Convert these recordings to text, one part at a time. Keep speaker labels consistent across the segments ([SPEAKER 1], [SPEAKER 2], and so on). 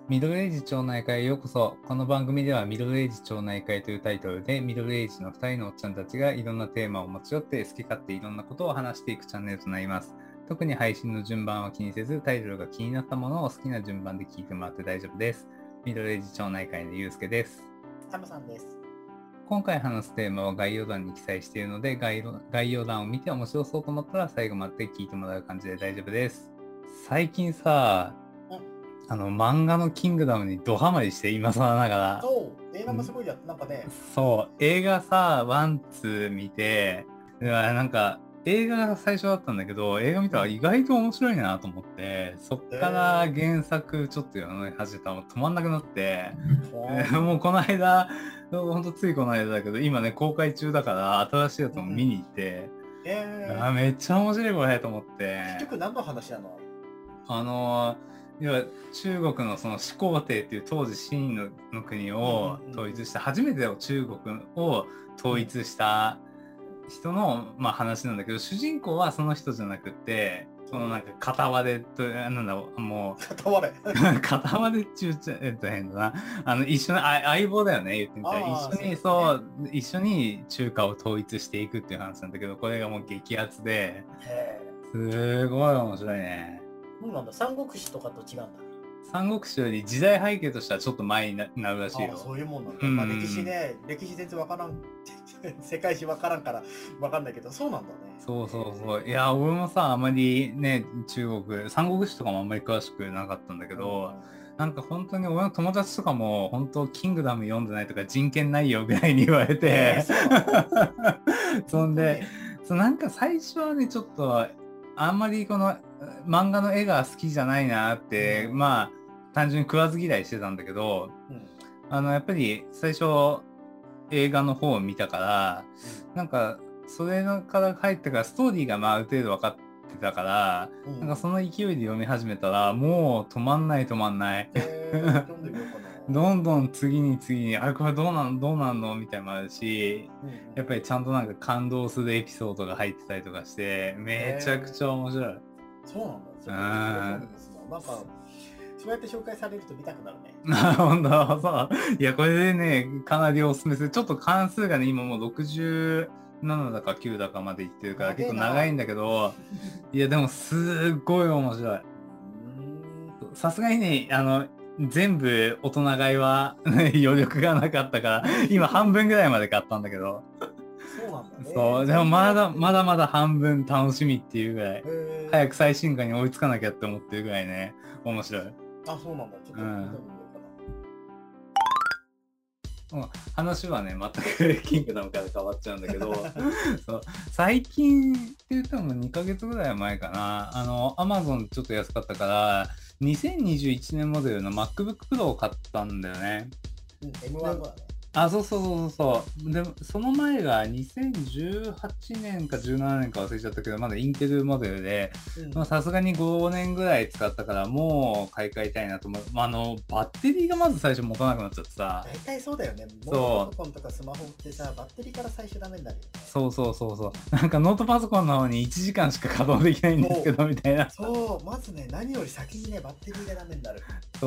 [SPEAKER 1] ミドルエイジ町内会へようこそ。この番組ではミドルエイジ町内会というタイトルでミドルエイジの2人のおっちゃんたちがいろんなテーマを持ち寄って好き勝手いろんなことを話していくチャンネルとなります。特に配信の順番は気にせずタイトルが気になったものを好きな順番で聞いてもらって大丈夫です。ミドルエイジ町内会のゆうすけです。
[SPEAKER 2] タムさんです。
[SPEAKER 1] 今回話すテーマは概要欄に記載しているので概要欄を見て面白そうと思ったら最後まで聞いてもらう感じで大丈夫です。最近さ、漫画のキングダムにドハマりして今更ながら。
[SPEAKER 2] そう、映画もすごいなんかね。
[SPEAKER 1] そう、映画さ、ワン、ツー見て、なんか映画が最初だったんだけど、映画見たら意外と面白いなと思って、そっから原作ちょっと読み始めたら止まんなくなって、もうこの間、ほんとついこの間だけど、今ね、公開中だから新しいやつも見に行って、めっちゃ面白いこれと思って。
[SPEAKER 2] 結局何の話なの？
[SPEAKER 1] 要は中国のその始皇帝っていう当時秦の国を統一した、初めての中国を統一した人の、話なんだけど、主人公はその人じゃなくて、そのなんか片割れと、なんだもう
[SPEAKER 2] 片割れ
[SPEAKER 1] 片割れっちゅうちゃ変だな。一緒に相棒だよね、言ってみたら。一緒に中華を統一していくっていう話なんだけど、これがもう激アツで、すごい面白いね。
[SPEAKER 2] そうなんだ。三国志とかと違うんだ。
[SPEAKER 1] 三国志より時代背景としてはちょっと前になるらしいよ。
[SPEAKER 2] そういうもんなんだ。歴史全然わからん世界史わからんからわかんないけど、そうなんだね。
[SPEAKER 1] そう。いや、俺もさ、あまりね、三国志とかもあんまり詳しくなかったんだけど、なんか本当に俺の友達とかも本当キングダム読んでないとか人権ないよぐらいに言われて、そんで、なんか最初はね、ちょっとあんまりこの漫画の絵が好きじゃないなって、単純に食わず嫌いしてたんだけど、やっぱり最初映画の方を見たから、なんかそれから入ってからストーリーがある程度分かってたから、なんかその勢いで読み始めたらもう止まんないどんどん次にあれこれどうなんのみたいなのもあるし、やっぱりちゃんとなんか感動するエピソードが入ってたりとかしてめちゃくちゃ面白い。
[SPEAKER 2] そうなんだ。なんかそうやって紹介されると見たくなるね。
[SPEAKER 1] 本当そう。いや、これでね、かなりおすすめする。ちょっと関数がね、今もう67だか9だかまでいってるから結構長いんだけど、いや、でもすっごい面白い。さすがにね、全部大人買いは余力がなかったから、今半分ぐらいまで買ったんだけど。
[SPEAKER 2] そうなんだね。
[SPEAKER 1] そう、でもまだ半分楽しみっていうぐらい、早く最新回に追いつかなきゃって思ってるぐらいね、面白い。
[SPEAKER 2] あ、そうなんだ。ちょっと見てみようかな。
[SPEAKER 1] 話はね、全くキングダムから変わっちゃうんだけど、そう最近って言っても2ヶ月ぐらい前かな、Amazon ちょっと安かったから、2021年モデルの MacBook Pro を買ったんだよね。
[SPEAKER 2] M1 だね。
[SPEAKER 1] そう。で、その前が2018年か17年か忘れちゃったけど、まだインテルモデルで、さすがに5年ぐらい使ったから、もう買い替えたいなと思う。バッテリーがまず最初持たなくなっちゃってさ。
[SPEAKER 2] 大体そうだよね。ノートパソコンとかスマホってさ、バッテリーから最初ダメになるよね。
[SPEAKER 1] そう。なんかノートパソコンの方に1時間しか稼働できないんですけど、みたいな。
[SPEAKER 2] そう、まずね、何より先にね、バッテリーがダメになる。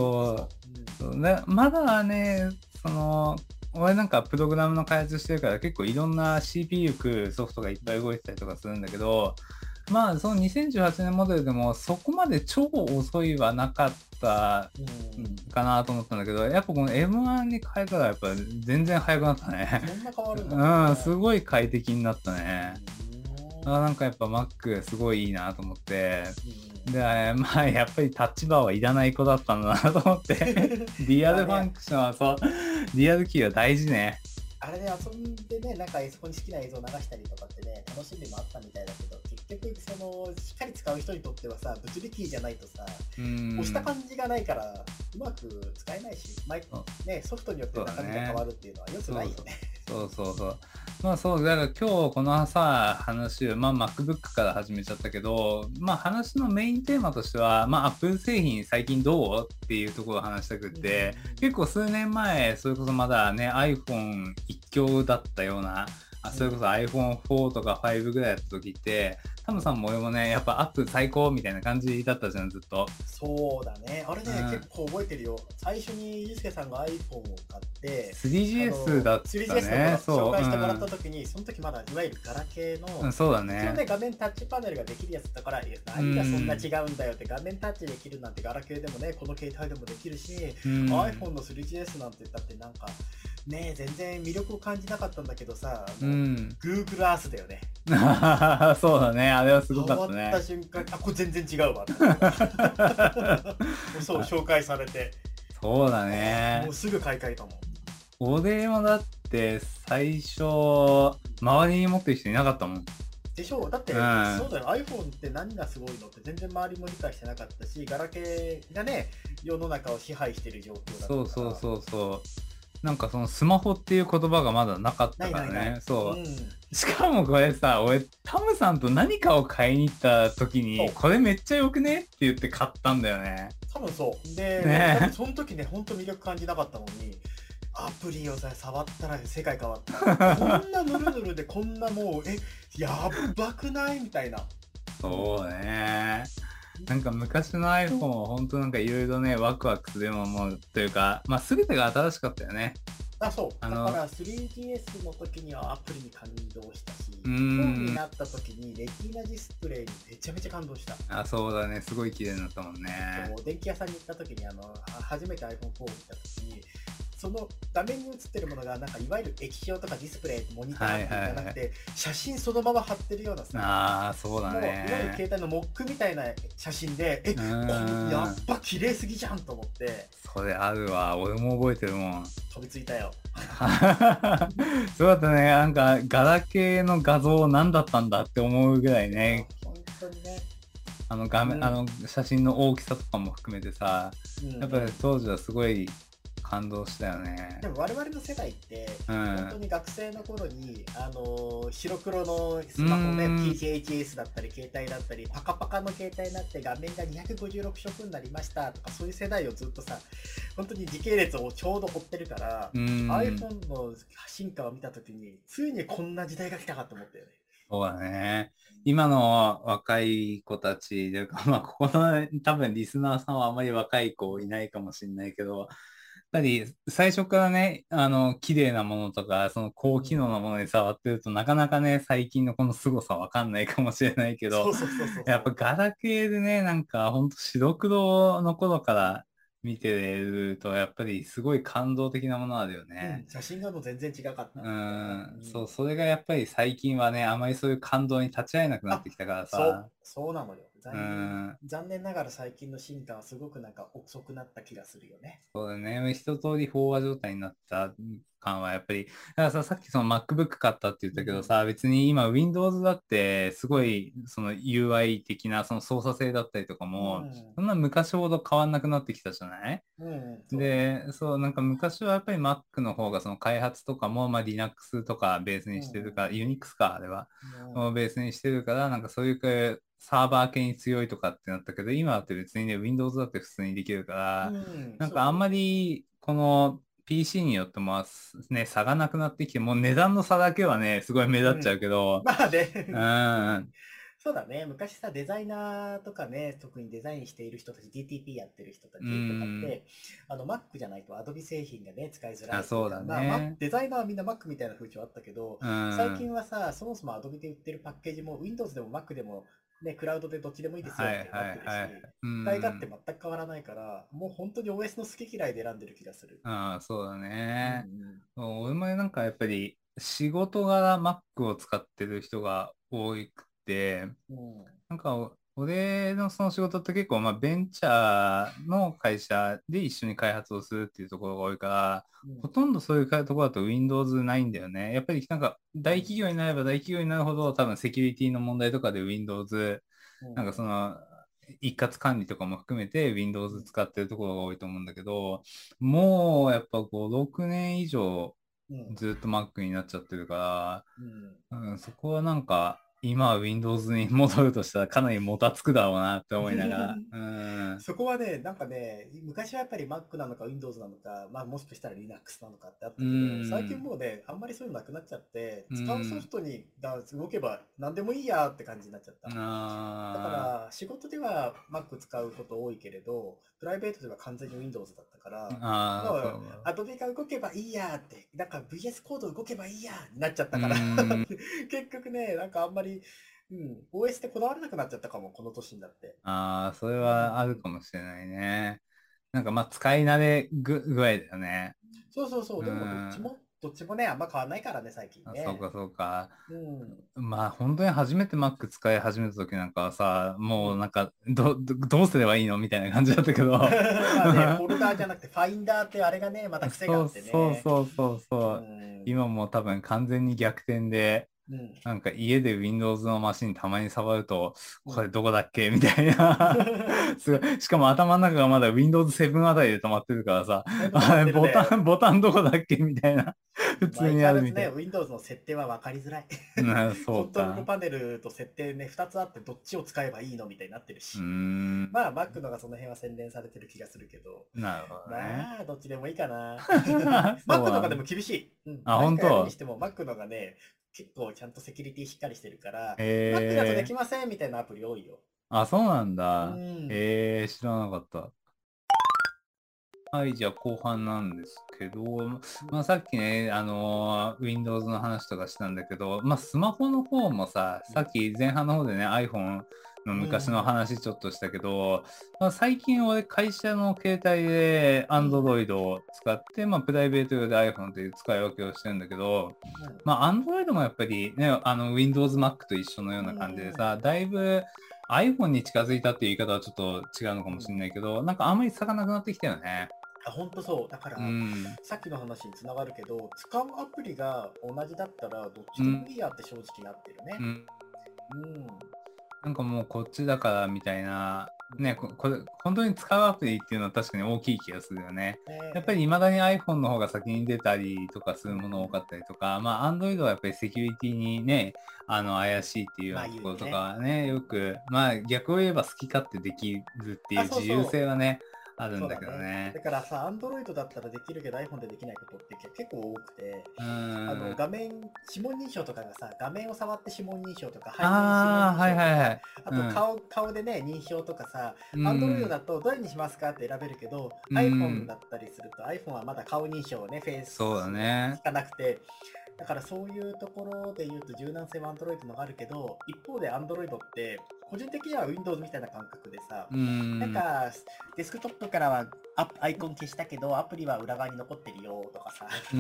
[SPEAKER 1] まだね、俺なんかプログラムの開発してるから結構いろんな CPU 食うソフトがいっぱい動いてたりとかするんだけど、その2018年モデルでもそこまで超遅いはなかったかなと思ったんだけど、やっぱこの M1 に変えたらやっぱ全然速くなったね。
[SPEAKER 2] そんな変わるんだね。
[SPEAKER 1] すごい快適になったね。なんかやっぱ Mac すごいいいなと思って、で、やっぱりタッチバーはいらない子だったんだなと思ってリアルファンクションはそう、リアルキーは大事ね。
[SPEAKER 2] あれで遊んでね、なんかそこに好きな映像を流したりとかってね、楽しんでもあったみたいだけど、結局しっかり使う人にとってはさ、物理キーじゃないとさ、押した感じがないからうまく使えないし、ソフトによって中身が変わるっていうのは良くないよね。
[SPEAKER 1] だから今日この話を、MacBook から始めちゃったけど、話のメインテーマとしては、Apple 製品最近どうっていうところを話したくって、結構数年前、それこそまだね、iPhone 一強だったような、それこそ iPhone4 とか5ぐらいだった時って、 タムさんも俺もね、やっぱアップ最高みたいな感じだったじゃん、ずっと。
[SPEAKER 2] そうだね。あれね、結構覚えてるよ。最初にゆうすけさんが iPhone を買って、
[SPEAKER 1] 3GS だったね。
[SPEAKER 2] 3GS の紹介してもらった時に、その時まだいわゆるガラケーの、
[SPEAKER 1] そうだね。
[SPEAKER 2] 一応ね、画面タッチパネルができるやつだから、何がそんな違うんだよって、画面タッチできるなんてガラケーでもね、この携帯でもできるし、iPhone の 3GS なんて言ったってなんか、ね、全然魅力を感じなかったんだけどさ、Google Earth だよね。
[SPEAKER 1] そうだね、あれはすごかったね。
[SPEAKER 2] 終わった瞬間、あ、これ全然違うわ。そう、紹介されて。
[SPEAKER 1] そうだね。
[SPEAKER 2] もうすぐ買い替えたもん。
[SPEAKER 1] 俺もだって最初、周りに持ってる人いなかったもん。
[SPEAKER 2] でしょう。だって、そうだよ。iPhone って何がすごいのって全然周りも理解してなかったし、ガラケーがね、世の中を支配してる状況だったから。
[SPEAKER 1] そう。なんかそのスマホっていう言葉がまだなかったからね。そう。しかもこれさ、俺、タムさんと何かを買いに行った時に、これめっちゃよくねって言って買ったんだよね。
[SPEAKER 2] 多分そう。で、その時ね、ほんと魅力感じなかったのに、アプリをさ、触ったら世界変わった。こんなぬるぬるで、こんなもう、やばくないみたいな。
[SPEAKER 1] そうね。なんか昔の iPhone は本当なんかいろいろね、ワクワクするものというか、まあ全てが新しかったよね。
[SPEAKER 2] そう。だから 3GS の時にはアプリに感動したし、4になった時にレティーナディスプレイにめちゃめちゃ感動した。
[SPEAKER 1] そうだね。すごい綺麗になったもんね。
[SPEAKER 2] 電気屋さんに行った時に初めて iPhone4 を見た時に、その画面に映ってるものがなんかいわゆる液晶とかディスプレイ、モニターってじゃなくて、写真そのまま貼ってるようなさ、
[SPEAKER 1] そうだね。
[SPEAKER 2] いわゆる携帯のモックみたいな写真で、やっぱ綺麗すぎじゃんと思って。
[SPEAKER 1] それあるわ。俺も覚えてるもん。
[SPEAKER 2] 飛びついたよ。
[SPEAKER 1] そうだったね。なんかガラケーの画像何だったんだって思うぐらいね。
[SPEAKER 2] 本当にね。
[SPEAKER 1] 画面、写真の大きさとかも含めてさ、やっぱり当時はすごい感動したよね。
[SPEAKER 2] でも我々の世代って、本当に学生の頃に白黒のスマホね、PHS だったり携帯だったりパカパカの携帯になって画面が256色になりましたとか、そういう世代をずっとさ、本当に時系列をちょうど追ってるから、iPhone の進化を見た時についにこんな時代が来たかと思ったよね。
[SPEAKER 1] そうだね。今の若い子たちで、まあ、ここの多分リスナーさんはあまり若い子いないかもしれないけど、やっぱり最初からね、綺麗なものとか、その高機能なものに触ってると、なかなかね、最近のこの凄さわかんないかもしれないけど、やっぱガラケーでね、なんかほんと白黒の頃から見てると、やっぱりすごい感動的なものあるよね。
[SPEAKER 2] 写真がもう全然違かった。
[SPEAKER 1] そう、それがやっぱり最近はね、あまりそういう感動に立ち会えなくなってきたからさ。
[SPEAKER 2] そうなのよ。残念ながら最近の進化はすごくなんか遅くなった気がするよね。
[SPEAKER 1] そうだね。一通り飽和状態になった感はやっぱり、だからさっきその MacBook 買ったって言ったけどさ、別に今 Windows だってすごいその UI 的なその操作性だったりとかも、そんな昔ほど変わんなくなってきたじゃない？で、そう、なんか昔はやっぱり Mac の方がその開発とかも、まあ Linux とかベースにしてるから、Unix か、あれは、ベースにしてるから、なんかそういうサーバー系に強いとかってなったけど、今だって別にね、Windows だって普通にできるから、なんかあんまりこの PC によってもね、差がなくなってきて、もう値段の差だけはね、すごい目立っちゃうけど、
[SPEAKER 2] まあね。そうだね。昔さ、デザイナーとかね、特にデザインしている人たち、DTP やってる人たちとかって、Mac じゃないと Adobe 製品がね、使いづらい。
[SPEAKER 1] そうだね。
[SPEAKER 2] デザイナーはみんな Mac みたいな風潮あったけど、最近はさ、そもそも Adobe で売ってるパッケージも Windows でも Mac でも、ね、クラウドでどっちでもいいですよってなってるし、使い勝手全く変わらないから、もう本当に OS の好き嫌いで選んでる気がする。
[SPEAKER 1] そうだね。俺もなんかやっぱり仕事柄 Mac を使ってる人が多くて、なんか俺のその仕事って結構まあベンチャーの会社で一緒に開発をするっていうところが多いから、ほとんどそういうところだと Windows ないんだよね。やっぱりなんか大企業になれば大企業になるほど多分セキュリティの問題とかで Windows、なんかその一括管理とかも含めて Windows 使ってるところが多いと思うんだけど、もうやっぱ5、6年以上ずっと Mac になっちゃってるから、そこはなんか今は Windows に戻るとしたらかなりもたつくだろうなって思いながら。うん。
[SPEAKER 2] そこはね、なんかね、昔はやっぱり Mac なのか Windows なのか、まあもしかしたら Linux なのかってあっ
[SPEAKER 1] う
[SPEAKER 2] たけど、最近
[SPEAKER 1] ん。
[SPEAKER 2] もうね、あんまりそういうのなくなっちゃって、
[SPEAKER 1] う
[SPEAKER 2] 使うソフ
[SPEAKER 1] ん。
[SPEAKER 2] トにが動けば何でもいいやって感じになっちゃった。だか
[SPEAKER 1] あ
[SPEAKER 2] ら仕事では Mac 使うこと多いけれど、プライベートでは完全に Windows だったから、
[SPEAKER 1] あ、
[SPEAKER 2] ま
[SPEAKER 1] そ
[SPEAKER 2] あ、Adobe が動けばいいやって、なんか VS コード動けばいいやになっちゃっ
[SPEAKER 1] う。う
[SPEAKER 2] たから
[SPEAKER 1] ん。
[SPEAKER 2] 結局ね、なんかあんまり、OS ってこだわらなくなっちゃったかも、この年になって。
[SPEAKER 1] ああ、それ
[SPEAKER 2] うん、
[SPEAKER 1] はあるかもしれないね。なんかまあ使い慣れ具合だよね。
[SPEAKER 2] そうそうそう、
[SPEAKER 1] う
[SPEAKER 2] でも
[SPEAKER 1] ん。
[SPEAKER 2] どっちもね、あんま変わんないからね、最近
[SPEAKER 1] あ、そうか
[SPEAKER 2] ね。
[SPEAKER 1] そうか。
[SPEAKER 2] うん。
[SPEAKER 1] まあ本当に初めて Mac 使い始めた時なんかはさ、
[SPEAKER 2] うん。
[SPEAKER 1] もうなんかどうすればいいのみたいな感じだったけど。
[SPEAKER 2] まあね、フォルダーじゃなくて、ファインダーってあれがね、また癖が
[SPEAKER 1] そう
[SPEAKER 2] あってね。う
[SPEAKER 1] そう。
[SPEAKER 2] ん。
[SPEAKER 1] 今もう多分完全に逆転で、
[SPEAKER 2] うん。
[SPEAKER 1] なんか家で Windows のマシンたまに触ると、
[SPEAKER 2] うん。
[SPEAKER 1] これどこだっけみたいな。すごい。しかも頭の中がまだ Windows 7あたりで止まってるからさ、
[SPEAKER 2] だいぶ溜まってるね。
[SPEAKER 1] ボタンどこだっけみたいな。普
[SPEAKER 2] まあ、
[SPEAKER 1] 通に
[SPEAKER 2] 相変わらずね、
[SPEAKER 1] あるみたい。
[SPEAKER 2] Windows の設定は分かりづらい。
[SPEAKER 1] うん、そ
[SPEAKER 2] コントロール
[SPEAKER 1] うか。
[SPEAKER 2] パネルと設定ね、2つあって、どっちを使えばいいのみたいになってる
[SPEAKER 1] うー
[SPEAKER 2] し。
[SPEAKER 1] ん。
[SPEAKER 2] まあ、Mac のがその辺は洗練されてる気がするけど、
[SPEAKER 1] なるほどね。
[SPEAKER 2] まあ、どっちでもいいかな。
[SPEAKER 1] そう
[SPEAKER 2] Mac のがでも
[SPEAKER 1] なんだ。
[SPEAKER 2] 厳しい。
[SPEAKER 1] あ、
[SPEAKER 2] 何かやるに
[SPEAKER 1] 本当。
[SPEAKER 2] しても Mac のがね、結構ちゃんとセキュリティしっかりしてるから、Mac だとで
[SPEAKER 1] えー。
[SPEAKER 2] きませんみたいなアプリ多いよ。
[SPEAKER 1] あ、そうなん
[SPEAKER 2] う
[SPEAKER 1] だ。
[SPEAKER 2] ん。
[SPEAKER 1] 知らなかった。はい、じゃあ後半なんですけど、まあ、さっきね、Windows の話とかしたんだけど、まあ、スマホの方もさ、さっき前半の方でね、iPhone の
[SPEAKER 2] うん。
[SPEAKER 1] 昔の話ちょっとしたけど、まあ、最近俺会社の携帯で
[SPEAKER 2] うん。
[SPEAKER 1] Android を使って、まあ、プライベート用で iPhone という使い分けをしてるんだけど、まあ、Android もやっぱりね、Windows Mac と一緒のよう
[SPEAKER 2] うん。
[SPEAKER 1] な感じで
[SPEAKER 2] うん。
[SPEAKER 1] さ、だいぶ iPhone に近づいたっていう言い方はちょっと違うのかもしれないけど、なんかあんまり差がなくなってきたよね。
[SPEAKER 2] あ、ほんとそう。だか
[SPEAKER 1] う
[SPEAKER 2] ら、
[SPEAKER 1] ん。
[SPEAKER 2] さっきの話につながるけど、使うアプリが同じだったら、どっちでも
[SPEAKER 1] うん。
[SPEAKER 2] いいやって正直なってるね。
[SPEAKER 1] うん。
[SPEAKER 2] うん。
[SPEAKER 1] なんかもうこっちだからみたいな、ね、これ、本当に使うアプリっていうのは確かに大きい気がするよね。やっぱり未だに iPhone の方が先に出たりとかす
[SPEAKER 2] うん。
[SPEAKER 1] るもの多かったりとか、まあ Android はやっぱりセキュリティにね、怪しいっていうよう
[SPEAKER 2] まあ
[SPEAKER 1] なところとか
[SPEAKER 2] 言うよね。
[SPEAKER 1] はね、よく、まあ逆を言えば好き勝手できるっていう
[SPEAKER 2] あ、そう
[SPEAKER 1] 自由
[SPEAKER 2] そう。
[SPEAKER 1] 性はね、あるんだけど
[SPEAKER 2] そうだね。
[SPEAKER 1] ね。
[SPEAKER 2] だからさ、Android だったらできるけど iPhone でできないことって結構多くて、
[SPEAKER 1] うーん。
[SPEAKER 2] 画面、指紋認証とかがさ、画面を触って指紋認証とか、背面指紋
[SPEAKER 1] ああ、
[SPEAKER 2] 認
[SPEAKER 1] はい
[SPEAKER 2] 証とか、
[SPEAKER 1] はいはい。
[SPEAKER 2] あと
[SPEAKER 1] うん。
[SPEAKER 2] 顔でね、認証とかさ、
[SPEAKER 1] う
[SPEAKER 2] Android
[SPEAKER 1] ん。
[SPEAKER 2] だとどれにしますかって選べるけど、
[SPEAKER 1] う
[SPEAKER 2] iPhone
[SPEAKER 1] ん。
[SPEAKER 2] だったりすると iPhone はまだ顔認証ね、フェイ
[SPEAKER 1] そうだ
[SPEAKER 2] ス
[SPEAKER 1] ね。
[SPEAKER 2] しかなくて、だからそういうところで言うと柔軟性は Android のがあるけど、一方で Android って個人的には Windows みたいな感覚でさ、
[SPEAKER 1] うん。
[SPEAKER 2] なんかデスクトップからはアイコン消したけどアプリは裏側に残ってるよとかさ
[SPEAKER 1] うん。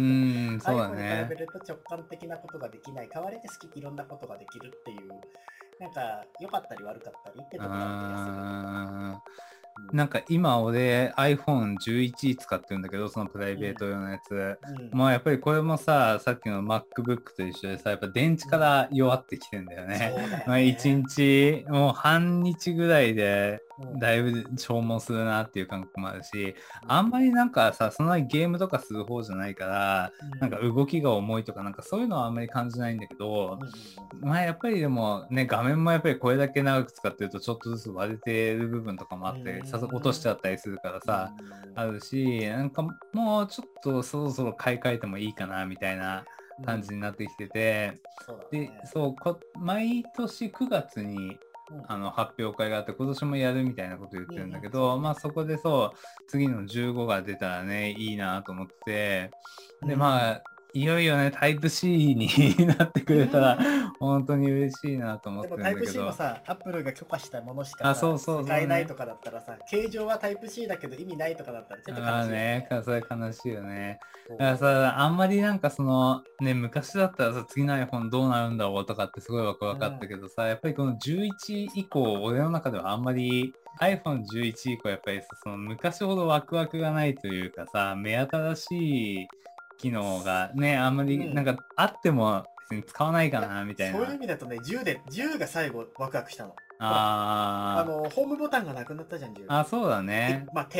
[SPEAKER 1] そうだ
[SPEAKER 2] iPhone に比べ
[SPEAKER 1] ね。
[SPEAKER 2] ると直感的なことができない代わりにいろんなことができるっていうなんか良かったり悪かったりって
[SPEAKER 1] う
[SPEAKER 2] ところある気がする。
[SPEAKER 1] ーん。
[SPEAKER 2] うん。
[SPEAKER 1] なんか今俺 iPhone11 使ってるんだけど、そのプライ
[SPEAKER 2] うん。
[SPEAKER 1] ベート用のやつ。
[SPEAKER 2] うん。
[SPEAKER 1] まあやっぱりこれもさ、さっきの MacBook と一緒でさ、やっぱ電池
[SPEAKER 2] うん。
[SPEAKER 1] から弱ってきてんだよね。
[SPEAKER 2] そうだ
[SPEAKER 1] まあ1
[SPEAKER 2] よね。
[SPEAKER 1] 日、もう半日ぐらいで
[SPEAKER 2] うん。
[SPEAKER 1] だいぶ消耗するなっていう感覚もあるし、
[SPEAKER 2] うん。
[SPEAKER 1] あんまりなんかさ、そんなにゲームとかする方じゃないから、なんか
[SPEAKER 2] うん。
[SPEAKER 1] 動きが重いとかなんかそういうのはあんまり感じないんだけど、
[SPEAKER 2] うん。
[SPEAKER 1] まあやっぱりでもね、画面もやっぱりこれだけ長く使ってるとちょっとずつ割れてる部分とかもあ
[SPEAKER 2] うん。う
[SPEAKER 1] って、落としち
[SPEAKER 2] ん。
[SPEAKER 1] ゃったりするから
[SPEAKER 2] うん。
[SPEAKER 1] さ、あるし、なんかもうちょっとそろそろ買い替えてもいいかなみたいな
[SPEAKER 2] うん。
[SPEAKER 1] 感じになってきてて、
[SPEAKER 2] そうだ
[SPEAKER 1] で、
[SPEAKER 2] ね。
[SPEAKER 1] そう、毎年9月に
[SPEAKER 2] うん。
[SPEAKER 1] 発表会があって今年もやるみたいなこと言ってるんだ
[SPEAKER 2] うん。
[SPEAKER 1] けど、まあ
[SPEAKER 2] そうだね。
[SPEAKER 1] そこでそう、次の15が出たらね、いいなと思ってて、で、
[SPEAKER 2] うん。
[SPEAKER 1] まあ、いよいよね、タイプ C になってくれたら、本当に嬉しいなと思ってるん
[SPEAKER 2] でもタイプ
[SPEAKER 1] だけ
[SPEAKER 2] C も
[SPEAKER 1] ど、
[SPEAKER 2] さ、アップルが許可したものしか
[SPEAKER 1] あ、そ
[SPEAKER 2] さ、
[SPEAKER 1] うそう
[SPEAKER 2] 使
[SPEAKER 1] そうね。
[SPEAKER 2] えないとかだったらさ、形状はタイプ C だけど意味ないとかだったらちょっと悲
[SPEAKER 1] まあね、
[SPEAKER 2] しいよね。
[SPEAKER 1] それ悲しいよね。だから
[SPEAKER 2] そ
[SPEAKER 1] さ、あんまりなんかその、ね、昔だったらさ、次の iPhone どうなるんだろうとかってすごいワクワ
[SPEAKER 2] う。う
[SPEAKER 1] クあった
[SPEAKER 2] ん。
[SPEAKER 1] けどさ、やっぱりこの11以降、俺の中ではあんまり iPhone11 以降、やっぱりさ、その昔ほどワクワクがないというかさ、目新しい機能がね、あんまりなん
[SPEAKER 2] うん。
[SPEAKER 1] かあっても別に使わないか
[SPEAKER 2] いや、
[SPEAKER 1] な、みたい
[SPEAKER 2] そういう意
[SPEAKER 1] な。
[SPEAKER 2] 味だとね、10が最後ワクワクしたの。ほら、
[SPEAKER 1] あ
[SPEAKER 2] ホームボタンがなくなったじゃん、10。
[SPEAKER 1] あ、そうだね。
[SPEAKER 2] まあ、10。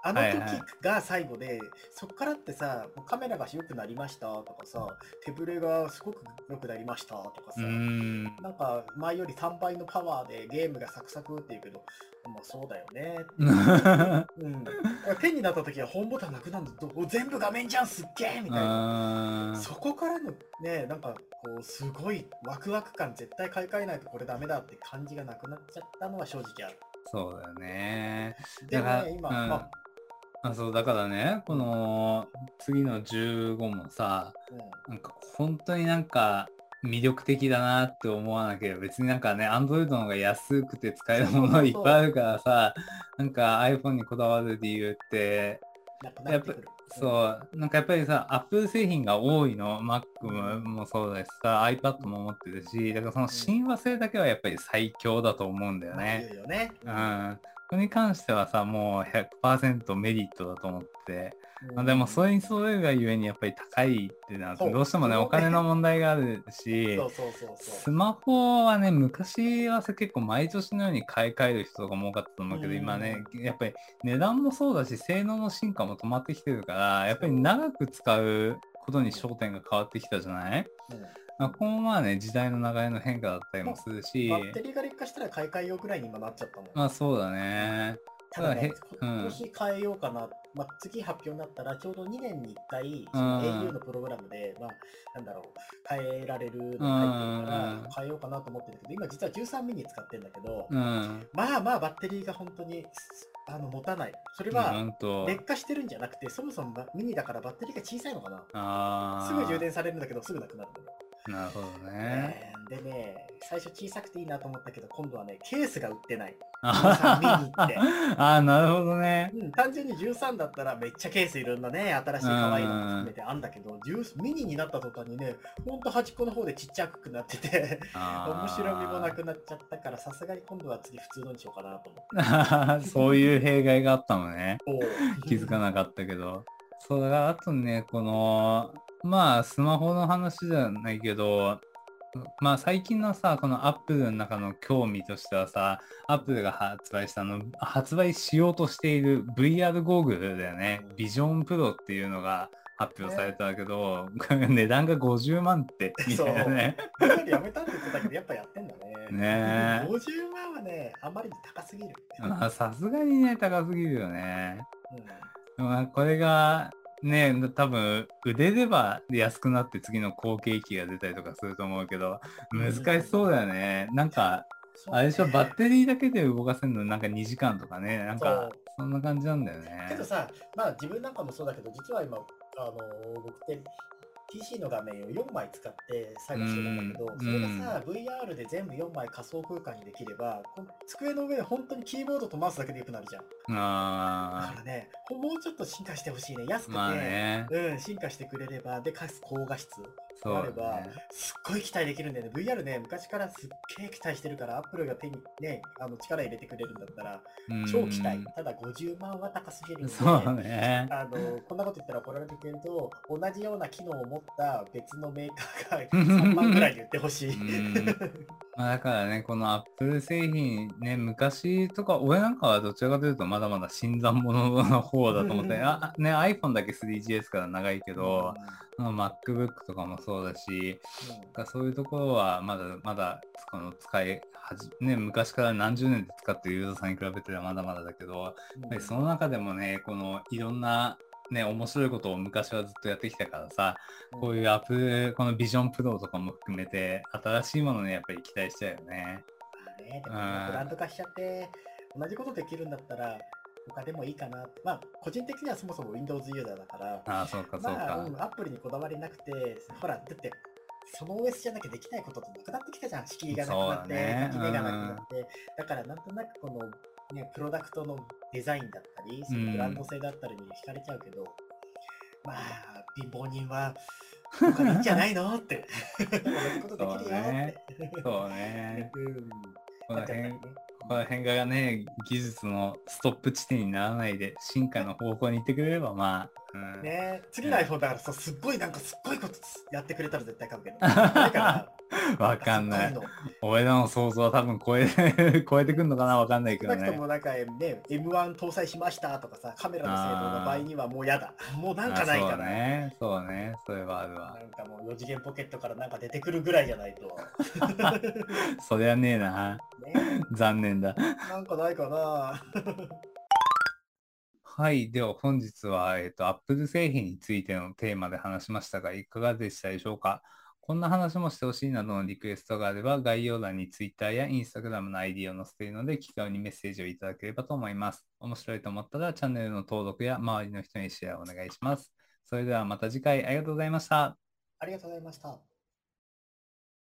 [SPEAKER 2] あの時が最後で、そっからってさ、カメラが良くなりましたとかさ、手ぶれがすごく良くなりましたとかさ、なんか前より3倍のパワーでゲームがサクサクって言うけど、まあそうだよね。うん。ペンになった時はホームボタンなくなるの、全部画面じゃんすっげえみたいな。そこからのね、なんかこうすごいワクワク感、絶対買い替えないとこれダメだって感じがなくなっちゃったのは正直ある。
[SPEAKER 1] そうだよね。
[SPEAKER 2] でもね、今、
[SPEAKER 1] そうだからね、この次の15もさ、なんか本当になんか魅力的だなって思わなければ、別になんかね、Android の方が安くて使えるものいっぱいあるからさ、なんか iPhone にこだわる理由って、やっぱそう、なんかやっぱりさ、Apple 製品が多いの、Mac もそうだしさ、iPad も持ってるし、だからその親和性だけはやっぱり最強だと思うんだよね。これに関してはさ、もう 100% メリットだと思って、でもそれにそれがゆえにやっぱり高いってなるとどうしてもねお金の問題があるし、スマホはね昔はさ結構毎年のように買い替える人とかも多かったと思うけど、今ねやっぱり値段もそうだし性能の進化も止まってきてるから、やっぱり長く使うことに焦点が変わってきたじゃない。ここもまあね時代の流れの変化だったりもするし、
[SPEAKER 2] バッテリーが劣化したら買い替えようくらいに今なっちゃったもん。
[SPEAKER 1] まあそうだね。
[SPEAKER 2] ただね、今年変えようかな、次発表になったらちょうど2年に1回その au のプログラムで、なんだろう、変えられるのが入ってるから変えようかなと思ってるけど、今実は13ミニ使ってるんだけど、まあバッテリーが本当に持たない。それは劣化してるんじゃなくて、そもそもミニだからバッテリーが小さいのかな。すぐ充電されるんだけどすぐなくなるのよ。
[SPEAKER 1] なるほどね。
[SPEAKER 2] でね、最初小さくていいなと思ったけど、今度はね、ケースが売ってない。
[SPEAKER 1] 13ミニって。なるほどね。
[SPEAKER 2] 単純に13だったらめっちゃケースいろんなね、新しい可愛いのも含めてあんだけど、ミニになった途端にね、ほんと端っこの方でちっちゃくなってて、面白みもなくなっちゃったから、さすがに今度は次普通のにしようかなと思って。
[SPEAKER 1] そういう弊害があったのね。気づかなかったけど。そうだから、あとね、この、スマホの話じゃないけど、最近のさ、このアップルの中の興味としてはさ、アップルが発売しようとしている VR ゴーグルだよね。ビジョンプロっていうのが発表されたけど、値段が50万ってみたいなね。
[SPEAKER 2] やめたって言ってたけど、やっぱやってんだね。ね50万はね、あまりに高すぎる。
[SPEAKER 1] さすがにね、高すぎるよね。これが、ね、多分売れれば安くなって次の後継機が出たりとかすると思うけど、難しそうだよね。なんかあれでしょ、バッテリーだけで動かせるのなんか2時間とかね、なんかそんな感じなんだよね。
[SPEAKER 2] けどさ、自分なんかもそうだけど、実は今僕ってPC の画面を4枚使って作業してるんだけど、それがさ、VR で全部4枚仮想空間にできれば、机の上で本当にキーボードとマウスだけでよくなるじゃん。だからね、もうちょっと進化してほしいね。安くて、進化してくれれば、で、かつ高画質があれば、すっごい期待できるんだよね。VR ね、昔からすっげえ期待してるから、Apple が手にね、力入れてくれるんだったら、超期待。ただ50万は高すぎるので、
[SPEAKER 1] そうね。
[SPEAKER 2] こんなこと言ったら怒られるけど、同じような機能を持った別のメーカーが3万ぐらい言ってほしい。
[SPEAKER 1] だからね、この Apple 製品ね、昔とか、俺なんかはどちらかというとまだまだ新参者の方だと思って、iPhone だけ 3GS から長いけど、MacBook とかもそうだし、そういうところはまだまだ昔から何十年で使ってるユーザーさんに比べてはまだまだだけど、その中でもね、このいろんなね、面白いことを昔はずっとやってきたからさ、こういうこのビジョンプロとかも含めて、新しいものにやっぱり期待しちゃうよね。
[SPEAKER 2] でもブランド化しちゃって、同じことできるんだったら、他でもいいかな。個人的にはそもそも Windows ユーザーだから、
[SPEAKER 1] そうかそうか。
[SPEAKER 2] アプリにこだわりなくて、ほら、だって、その OS じゃなきゃできないことってなくなってきたじゃん。仕切りがなくなって、垣根がなくなって。だからなんとなくこの、プロダクトのデザインだったり、そのブランド性だったりに惹かれちゃうけど、貧乏人は他でいいんじゃないのって。同じことできるよって。
[SPEAKER 1] そうね。この辺がね、技術のストップ地点にならないで、進化の方向に行ってくれれば、
[SPEAKER 2] 次の iPhone だからさ、すっごいことやってくれたら絶対買うけど。だから、
[SPEAKER 1] わかんない。俺らの想像は多分超えてくんのかな、わかんないけどね。
[SPEAKER 2] 少なくともなんかね、M1 搭載しましたとかさ、カメラの性能の場合にはもうやだ。もうなんかないから。
[SPEAKER 1] そうね、そうね、それはあるわ。
[SPEAKER 2] なんかもう4次元ポケットからなんか出てくるぐらいじゃないと。
[SPEAKER 1] そりゃねえな。
[SPEAKER 2] ね、
[SPEAKER 1] 残念だ。
[SPEAKER 2] なんかないかな。
[SPEAKER 1] はい。では本日は、Apple 製品についてのテーマで話しましたが、いかがでしたでしょうか？こんな話もしてほしいなどのリクエストがあれば、概要欄に Twitter や Instagram の ID を載せているので、気軽にメッセージをいただければと思います。面白いと思ったら、チャンネルの登録や周りの人にシェアをお願いします。それではまた次回ありがとうございました。
[SPEAKER 2] ありがとうございました。